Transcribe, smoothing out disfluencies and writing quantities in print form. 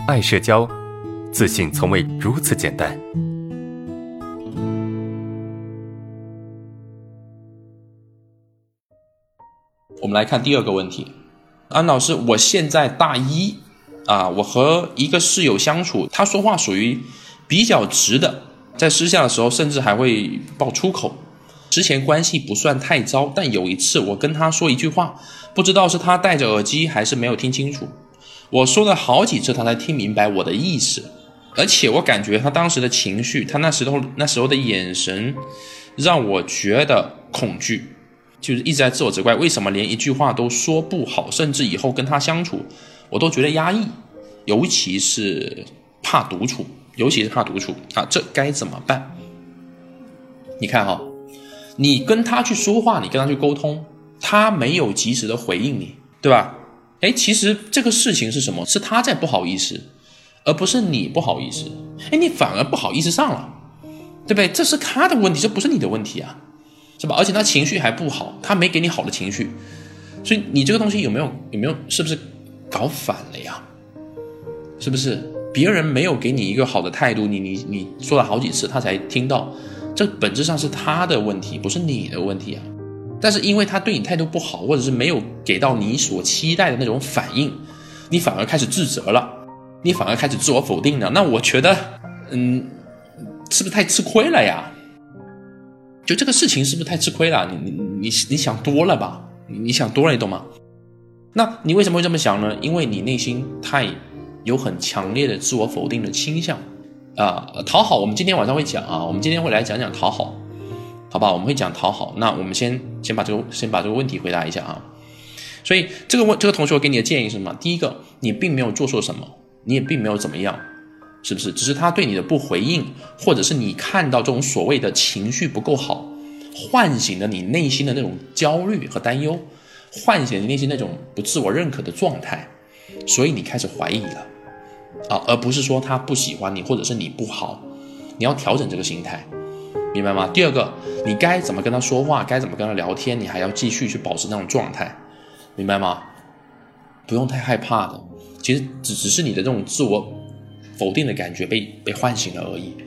爱社交，自信从未如此简单。 我们来看第二个问题。安老师，我现在大一我和一个室友相处，他说话属于比较直的，在私下的时候甚至还会爆粗口。之前关系不算太糟，但有一次我跟他说一句话，不知道是他戴着耳机还是没有听清楚，我说了好几次他才听明白我的意思，而且我感觉他当时的情绪，他那时候的眼神让我觉得恐惧，就是一直在自我责怪，为什么连一句话都说不好，甚至以后跟他相处我都觉得压抑，尤其是怕独处这该怎么办？你看你跟他去说话，你跟他去沟通，他没有及时的回应你，对吧？其实这个事情是什么？是他在不好意思，而不是你不好意思。你反而不好意思上了，对不对？这是他的问题，这不是你的问题啊，是吧？而且他情绪还不好，他没给你好的情绪，所以你这个东西有没有是不是搞反了呀？是不是别人没有给你一个好的态度，你说了好几次他才听到，这本质上是他的问题，不是你的问题啊。但是因为他对你态度不好，或者是没有给到你所期待的那种反应，你反而开始自责了，你反而开始自我否定了，那我觉得是不是太吃亏了呀？就这个事情是不是太吃亏了？你想多了吧？你想多了，你懂吗？那你为什么会这么想呢？因为你内心有很强烈的自我否定的倾向讨好我们今天晚上会讲我们今天会来讲讲讨好，好吧？我们会讲讨好。那我们先把这个问题回答一下所以这个同学给你的建议是什么？第一个，你并没有做错什么，你也并没有怎么样，是不是？只是他对你的不回应，或者是你看到这种所谓的情绪不够好，唤醒了你内心的那种焦虑和担忧，唤醒了你内心那种不自我认可的状态，所以你开始怀疑了而不是说他不喜欢你，或者是你不好。你要调整这个心态，明白吗？第二个，你该怎么跟他说话，该怎么跟他聊天，你还要继续去保持那种状态，明白吗？不用太害怕的，其实只是你的这种自我否定的感觉被唤醒了而已。